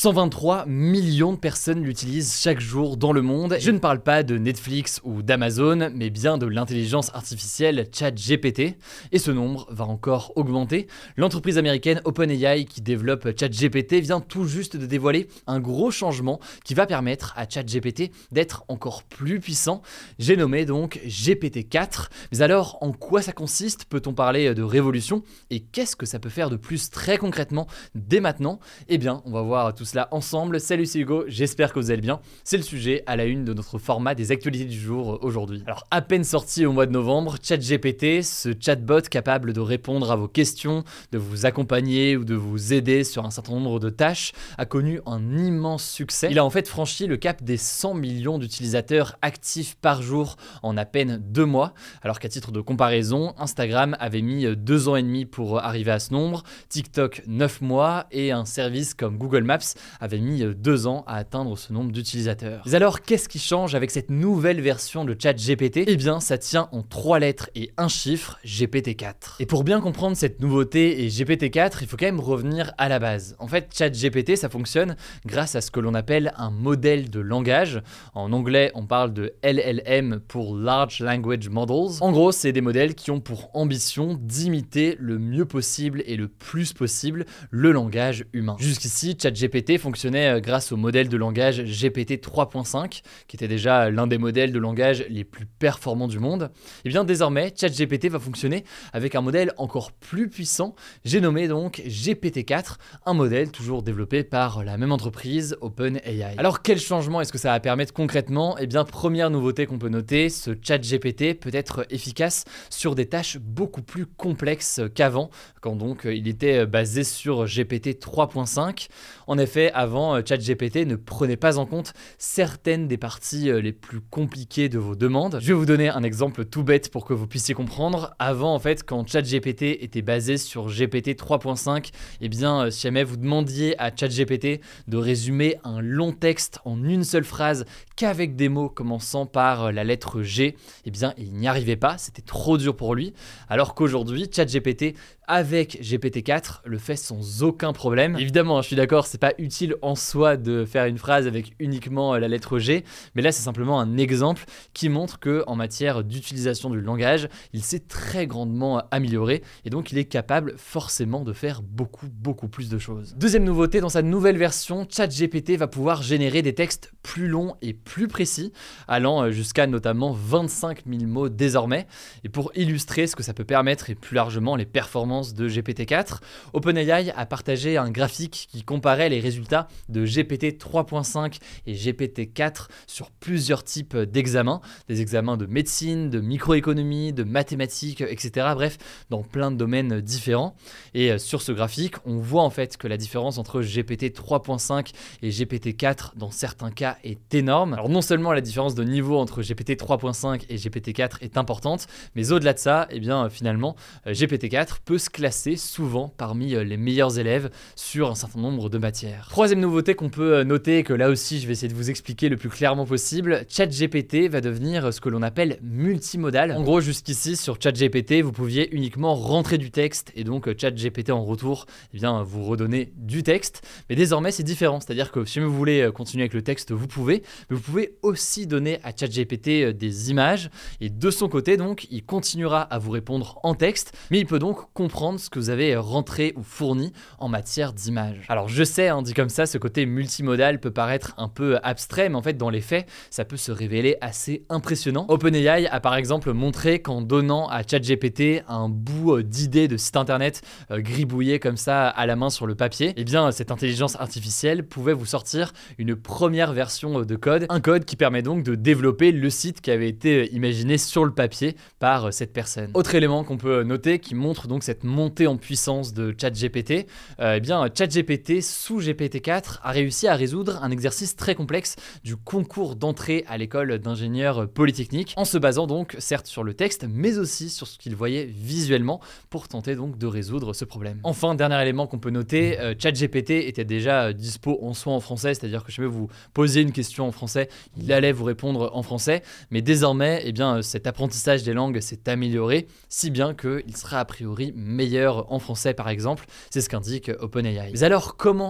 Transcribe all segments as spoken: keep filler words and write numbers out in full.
cent vingt-trois millions de personnes l'utilisent chaque jour dans le monde. Je ne parle pas de Netflix ou d'Amazon, mais bien de l'intelligence artificielle ChatGPT. Et ce nombre va encore augmenter. L'entreprise américaine OpenAI qui développe ChatGPT vient tout juste de dévoiler un gros changement qui va permettre à ChatGPT d'être encore plus puissant. J'ai nommé donc G P T quatre. Mais alors, en quoi ça consiste? Peut-on parler de révolution? Et qu'est-ce que ça peut faire de plus très concrètement dès maintenant? Eh bien, on va voir tout cela ensemble. Salut, c'est Hugo, j'espère que vous allez bien. C'est le sujet à la une de notre format des actualités du jour aujourd'hui. Alors, à peine sorti au mois de novembre, ChatGPT, ce chatbot capable de répondre à vos questions, de vous accompagner ou de vous aider sur un certain nombre de tâches, a connu un immense succès. Il a en fait franchi le cap des cent millions d'utilisateurs actifs par jour en à peine deux mois, alors qu'à titre de comparaison, Instagram avait mis deux ans et demi pour arriver à ce nombre, TikTok neuf mois et un service comme Google Maps avait mis deux ans à atteindre ce nombre d'utilisateurs. Mais alors, qu'est-ce qui change avec cette nouvelle version de ChatGPT? Eh bien, ça tient en trois lettres et un chiffre, G P T quatre. Et pour bien comprendre cette nouveauté et G P T quatre, il faut quand même revenir à la base. En fait, ChatGPT, ça fonctionne grâce à ce que l'on appelle un modèle de langage. En anglais, on parle de L L M pour Large Language Models. En gros, c'est des modèles qui ont pour ambition d'imiter le mieux possible et le plus possible le langage humain. Jusqu'ici, ChatGPT fonctionnait grâce au modèle de langage G P T trois point cinq, qui était déjà l'un des modèles de langage les plus performants du monde. Et bien désormais, ChatGPT va fonctionner avec un modèle encore plus puissant. J'ai nommé donc G P T quatre, un modèle toujours développé par la même entreprise, OpenAI. Alors quel changement est-ce que ça va permettre concrètement? Eh bien, première nouveauté qu'on peut noter, ce ChatGPT peut être efficace sur des tâches beaucoup plus complexes qu'avant, quand donc il était basé sur G P T trois point cinq. En effet, avant, ChatGPT ne prenait pas en compte certaines des parties les plus compliquées de vos demandes. Je vais vous donner un exemple tout bête pour que vous puissiez comprendre. Avant, en fait, quand ChatGPT était basé sur G P T trois point cinq, eh bien, si jamais vous demandiez à ChatGPT de résumer un long texte en une seule phrase qu'avec des mots commençant par la lettre G, eh bien, il n'y arrivait pas, c'était trop dur pour lui. Alors qu'aujourd'hui, ChatGPT, avec G P T quatre, le fait sans aucun problème. Évidemment, je suis d'accord, c'est pas utile en soi de faire une phrase avec uniquement la lettre G, mais là, c'est simplement un exemple qui montre que en matière d'utilisation du langage, il s'est très grandement amélioré et donc il est capable forcément de faire beaucoup, beaucoup plus de choses. Deuxième nouveauté, dans sa nouvelle version, ChatGPT va pouvoir générer des textes plus longs et plus précis, allant jusqu'à notamment vingt-cinq mille mots désormais. Et pour illustrer ce que ça peut permettre et plus largement les performances de G P T quatre, OpenAI a partagé un graphique qui comparait les résultats de G P T trois point cinq et G P T quatre sur plusieurs types d'examens, des examens de médecine, de microéconomie, de mathématiques, et cetera. Bref, dans plein de domaines différents. Et sur ce graphique, on voit en fait que la différence entre G P T trois point cinq et G P T quatre dans certains cas est énorme. Alors non seulement la différence de niveau entre G P T trois point cinq et G P T quatre est importante, mais au-delà de ça, eh bien finalement, G P T quatre peut se classer souvent parmi les meilleurs élèves sur un certain nombre de matières. Troisième nouveauté qu'on peut noter, que là aussi je vais essayer de vous expliquer le plus clairement possible, ChatGPT va devenir ce que l'on appelle multimodal. En gros, jusqu'ici sur ChatGPT, vous pouviez uniquement rentrer du texte et donc ChatGPT en retour, eh bien vous redonner du texte. Mais désormais c'est différent, c'est-à-dire que si vous voulez continuer avec le texte, vous pouvez, mais vous pouvez aussi donner à ChatGPT des images et de son côté donc, il continuera à vous répondre en texte, mais il peut donc comprendre ce que vous avez rentré ou fourni en matière d'images. Alors je sais, hein, dit comme ça, ce côté multimodal peut paraître un peu abstrait, mais en fait dans les faits, ça peut se révéler assez impressionnant. OpenAI a par exemple montré qu'en donnant à ChatGPT un bout d'idée de site internet euh, gribouillé comme ça à la main sur le papier, eh bien cette intelligence artificielle pouvait vous sortir une première version de code, un code qui permet donc de développer le site qui avait été imaginé sur le papier par cette personne. Autre élément qu'on peut noter qui montre donc cette montée en puissance de ChatGPT, euh, eh bien ChatGPT sous G P T quatre a réussi à résoudre un exercice très complexe du concours d'entrée à l'école d'ingénieurs polytechniques, en se basant donc certes sur le texte, mais aussi sur ce qu'il voyait visuellement pour tenter donc de résoudre ce problème. Enfin, dernier élément qu'on peut noter, euh, ChatGPT était déjà dispo en soi en français, c'est-à-dire que si vous posiez une question en français, il allait vous répondre en français, mais désormais, eh bien, cet apprentissage des langues s'est amélioré, si bien qu'il sera a priori meilleur en français par exemple, c'est ce qu'indique OpenAI. Mais alors comment est-ce que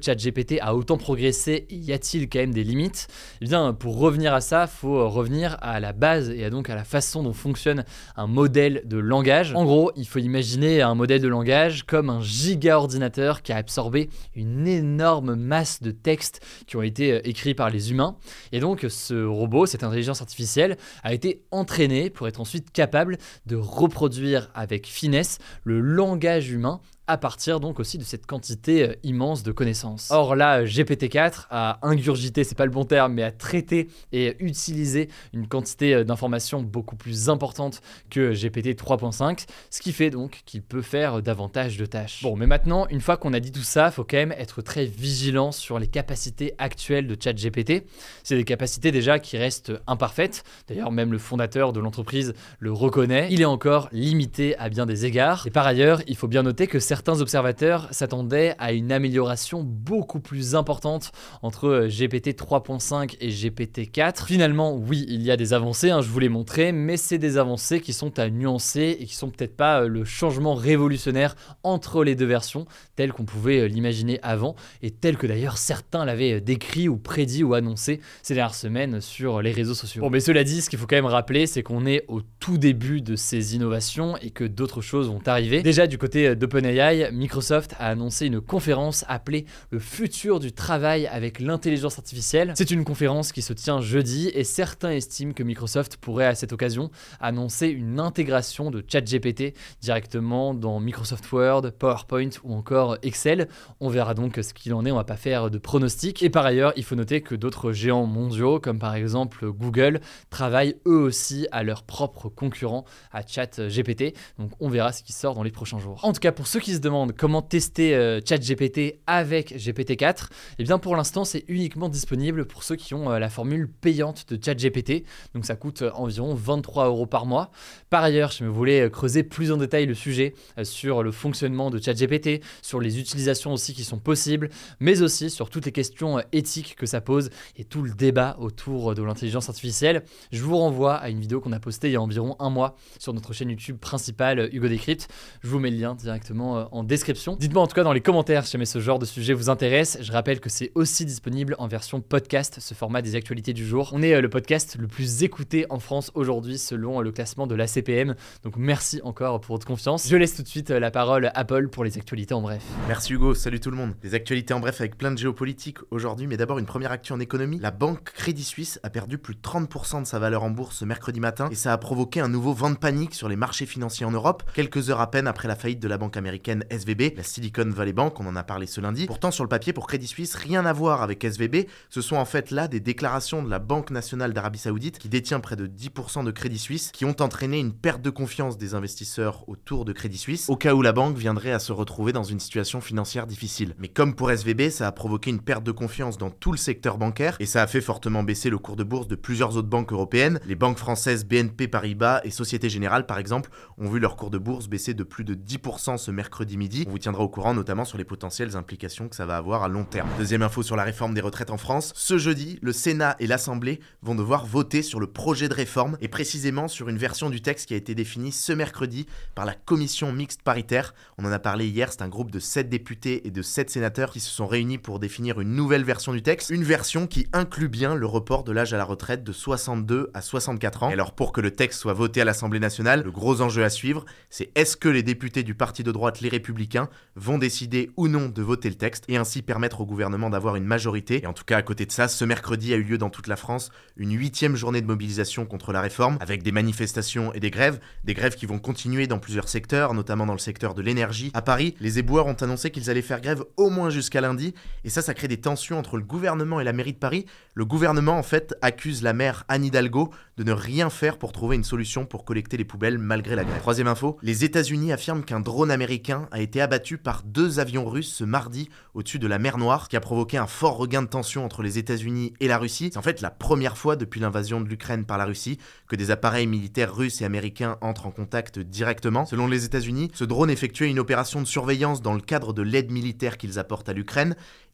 ChatGPT a autant progressé et y a-t-il quand même des limites? Eh bien, pour revenir à ça, il faut revenir à la base et à donc à la façon dont fonctionne un modèle de langage. En gros, il faut imaginer un modèle de langage comme un giga-ordinateur qui a absorbé une énorme masse de textes qui ont été écrits par les humains. Et donc, ce robot, cette intelligence artificielle, a été entraîné pour être ensuite capable de reproduire avec finesse le langage humain à partir donc aussi de cette quantité immense de connaissances. Or là, G P T quatre a ingurgité, c'est pas le bon terme, mais a traité et utilisé une quantité d'informations beaucoup plus importante que G P T trois point cinq, ce qui fait donc qu'il peut faire davantage de tâches. Bon, mais maintenant, une fois qu'on a dit tout ça, il faut quand même être très vigilant sur les capacités actuelles de ChatGPT. C'est des capacités déjà qui restent imparfaites, d'ailleurs même le fondateur de l'entreprise le reconnaît, il est encore limité à bien des égards, et par ailleurs, il faut bien noter que certains Certains observateurs s'attendaient à une amélioration beaucoup plus importante entre G P T trois point cinq et G P T quatre. Finalement, oui, il y a des avancées, hein, je vous l'ai montré, mais c'est des avancées qui sont à nuancer et qui sont peut-être pas le changement révolutionnaire entre les deux versions, tel qu'on pouvait l'imaginer avant, et tel que d'ailleurs certains l'avaient décrit ou prédit ou annoncé ces dernières semaines sur les réseaux sociaux. Bon, mais cela dit, ce qu'il faut quand même rappeler, c'est qu'on est au tout début de ces innovations et que d'autres choses vont arriver. Déjà, du côté d'OpenAI, Microsoft a annoncé une conférence appelée « Le futur du travail avec l'intelligence artificielle ». C'est une conférence qui se tient jeudi et certains estiment que Microsoft pourrait à cette occasion annoncer une intégration de ChatGPT directement dans Microsoft Word, PowerPoint ou encore Excel. On verra donc ce qu'il en est, on va pas faire de pronostics. Et par ailleurs, il faut noter que d'autres géants mondiaux, comme par exemple Google, travaillent eux aussi à leur propre concurrent, à ChatGPT. Donc on verra ce qui sort dans les prochains jours. En tout cas, pour ceux qui se demandent comment tester euh, ChatGPT avec G P T quatre, et bien pour l'instant c'est uniquement disponible pour ceux qui ont euh, la formule payante de ChatGPT, donc ça coûte euh, environ vingt-trois euros par mois. Par ailleurs, si vous voulez euh, creuser plus en détail le sujet euh, sur le fonctionnement de ChatGPT, sur les utilisations aussi qui sont possibles, mais aussi sur toutes les questions euh, éthiques que ça pose et tout le débat autour de l'intelligence artificielle, je vous renvoie à une vidéo qu'on a postée il y a environ un mois sur notre chaîne YouTube principale Hugo Décrypte. Je vous mets le lien directement en description. Dites-moi en tout cas dans les commentaires si jamais ce genre de sujet vous intéresse. Je rappelle que c'est aussi disponible en version podcast, ce format des actualités du jour. On est le podcast le plus écouté en France aujourd'hui selon le classement de l'A C P M. Donc merci encore pour votre confiance. Je laisse tout de suite la parole à Paul pour les actualités en bref. Merci Hugo, salut tout le monde. Les actualités en bref avec plein de géopolitique aujourd'hui, mais d'abord une première actu en économie. La banque Crédit Suisse a perdu plus de trente pour cent de sa valeur en bourse ce mercredi matin et ça a provoqué un nouveau vent de panique sur les marchés financiers en Europe, quelques heures à peine après la faillite de la banque américaine S V B, la Silicon Valley Bank, on en a parlé ce lundi. Pourtant, sur le papier, pour Crédit Suisse, rien à voir avec S V B. Ce sont en fait là des déclarations de la Banque nationale d'Arabie Saoudite, qui détient près de dix pour cent de Crédit Suisse, qui ont entraîné une perte de confiance des investisseurs autour de Crédit Suisse, au cas où la banque viendrait à se retrouver dans une situation financière difficile. Mais comme pour S V B, ça a provoqué une perte de confiance dans tout le secteur bancaire, et ça a fait fortement baisser le cours de bourse de plusieurs autres banques européennes. Les banques françaises B N P Paribas et Société Générale, par exemple, ont vu leur cours de bourse baisser de plus de dix pour cent ce mercredi midi. On vous tiendra au courant notamment sur les potentielles implications que ça va avoir à long terme. Deuxième info sur la réforme des retraites en France. Ce jeudi, le Sénat et l'Assemblée vont devoir voter sur le projet de réforme et précisément sur une version du texte qui a été définie ce mercredi par la commission mixte paritaire. On en a parlé hier, c'est un groupe de sept députés et de sept sénateurs qui se sont réunis pour définir une nouvelle version du texte. Une version qui inclut bien le report de l'âge à la retraite de soixante-deux à soixante-quatre ans. Et alors pour que le texte soit voté à l'Assemblée nationale, le gros enjeu à suivre, c'est est-ce que les députés du parti de droite Les Républicains vont décider ou non de voter le texte et ainsi permettre au gouvernement d'avoir une majorité. Et en tout cas, à côté de ça, ce mercredi a eu lieu dans toute la France une huitième journée de mobilisation contre la réforme, avec des manifestations et des grèves, des grèves qui vont continuer dans plusieurs secteurs, notamment dans le secteur de l'énergie. À Paris, les éboueurs ont annoncé qu'ils allaient faire grève au moins jusqu'à lundi, et ça, ça crée des tensions entre le gouvernement et la mairie de Paris. Le gouvernement, en fait, accuse la maire Anne Hidalgo de ne rien faire pour trouver une solution pour collecter les poubelles malgré la grève. Troisième info, les États-Unis affirment qu'un drone américain a été abattu par deux avions russes ce mardi au-dessus de la mer Noire, ce qui a provoqué un fort regain de tension entre les États-Unis et la Russie. C'est en fait la première fois depuis l'invasion de l'Ukraine par la Russie que des appareils militaires russes et américains entrent en contact directement. Selon les États-Unis, ce drone effectuait une opération de surveillance dans le cadre de l'aide militaire qu'ils apportent à l'Ukraine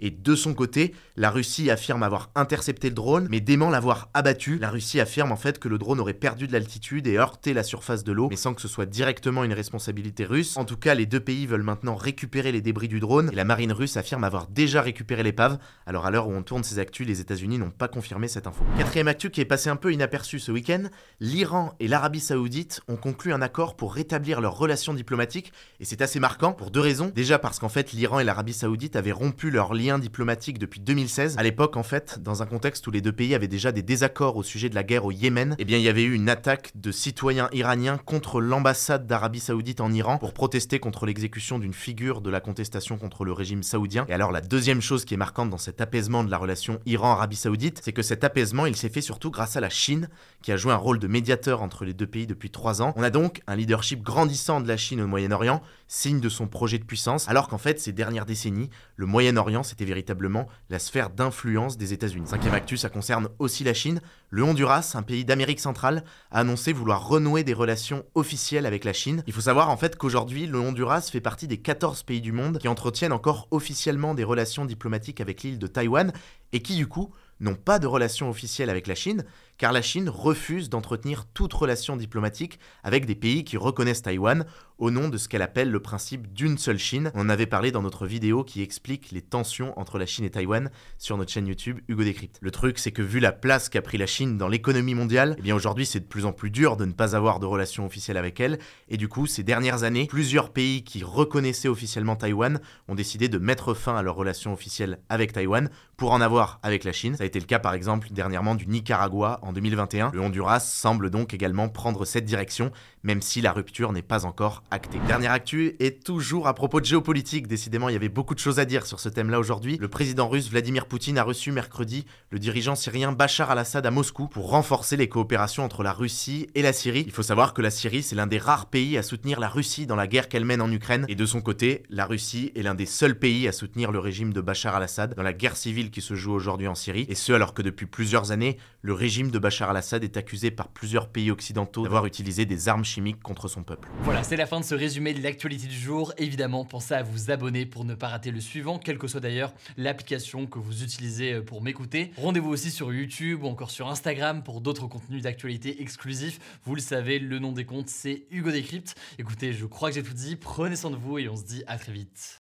Et de son côté, la Russie affirme avoir intercepté le drone, mais dément l'avoir abattu. La Russie affirme en fait que le drone aurait perdu de l'altitude et heurté la surface de l'eau, mais sans que ce soit directement une responsabilité russe. En tout cas, les deux pays veulent maintenant récupérer les débris du drone, et la marine russe affirme avoir déjà récupéré l'épave. Alors à l'heure où on tourne ces actus, les États-Unis n'ont pas confirmé cette info. Quatrième actu qui est passé un peu inaperçu ce week-end, l'Iran et l'Arabie Saoudite ont conclu un accord pour rétablir leurs relations diplomatiques, et c'est assez marquant pour deux raisons. Déjà parce qu'en fait, l'Iran et l'Arabie Saoudite avaient rompu leurs liens diplomatiques depuis deux mille seize. À l'époque, en fait, dans un contexte où les deux pays avaient déjà des désaccords au sujet de la guerre au Yémen, eh bien il y avait eu une attaque de citoyens iraniens contre l'ambassade d'Arabie Saoudite en Iran pour protester contre l'exécution d'une figure de la contestation contre le régime saoudien. Et alors la deuxième chose qui est marquante dans cet apaisement de la relation Iran-Arabie Saoudite, c'est que cet apaisement, il s'est fait surtout grâce à la Chine, qui a joué un rôle de médiateur entre les deux pays depuis trois ans. On a donc un leadership grandissant de la Chine au Moyen-Orient, signe de son projet de puissance, alors qu'en fait, ces dernières décennies, le Moyen-Orient, c'était véritablement la sphère d'influence des États-Unis. Cinquième actu, ça concerne aussi la Chine. Le Honduras, un pays d'Amérique centrale, a annoncé vouloir renouer des relations officielles avec la Chine. Il faut savoir en fait qu'aujourd'hui, le Honduras fait partie des quatorze pays du monde qui entretiennent encore officiellement des relations diplomatiques avec l'île de Taïwan et qui du coup n'ont pas de relations officielles avec la Chine, car la Chine refuse d'entretenir toute relation diplomatique avec des pays qui reconnaissent Taïwan au nom de ce qu'elle appelle le principe d'une seule Chine. On en avait parlé dans notre vidéo qui explique les tensions entre la Chine et Taïwan sur notre chaîne YouTube Hugo Décrypte. Le truc, c'est que vu la place qu'a pris la Chine dans l'économie mondiale, eh bien aujourd'hui c'est de plus en plus dur de ne pas avoir de relations officielles avec elle, et du coup ces dernières années, plusieurs pays qui reconnaissaient officiellement Taïwan ont décidé de mettre fin à leurs relations officielles avec Taïwan pour en avoir avec la Chine. Ça a été le cas par exemple dernièrement du Nicaragua en deux mille vingt et un. Le Honduras semble donc également prendre cette direction, même si la rupture n'est pas encore actée. Dernière actu est toujours à propos de géopolitique. Décidément, il y avait beaucoup de choses à dire sur ce thème-là aujourd'hui. Le président russe Vladimir Poutine a reçu mercredi le dirigeant syrien Bachar al-Assad à Moscou pour renforcer les coopérations entre la Russie et la Syrie. Il faut savoir que la Syrie, c'est l'un des rares pays à soutenir la Russie dans la guerre qu'elle mène en Ukraine. Et de son côté, la Russie est l'un des seuls pays à soutenir le régime de Bachar al-Assad dans la guerre civile qui se joue aujourd'hui en Syrie. Et ce, alors que depuis plusieurs années, le régime de Bachar al-Assad est accusé par plusieurs pays occidentaux d'avoir utilisé des armes chimiques contre son peuple. Voilà, c'est la fin de ce résumé de l'actualité du jour. Évidemment, pensez à vous abonner pour ne pas rater le suivant, quelle que soit d'ailleurs l'application que vous utilisez pour m'écouter. Rendez-vous aussi sur YouTube ou encore sur Instagram pour d'autres contenus d'actualité exclusifs. Vous le savez, le nom des comptes, c'est Hugo Décrypte. Écoutez, je crois que j'ai tout dit. Prenez soin de vous et on se dit à très vite.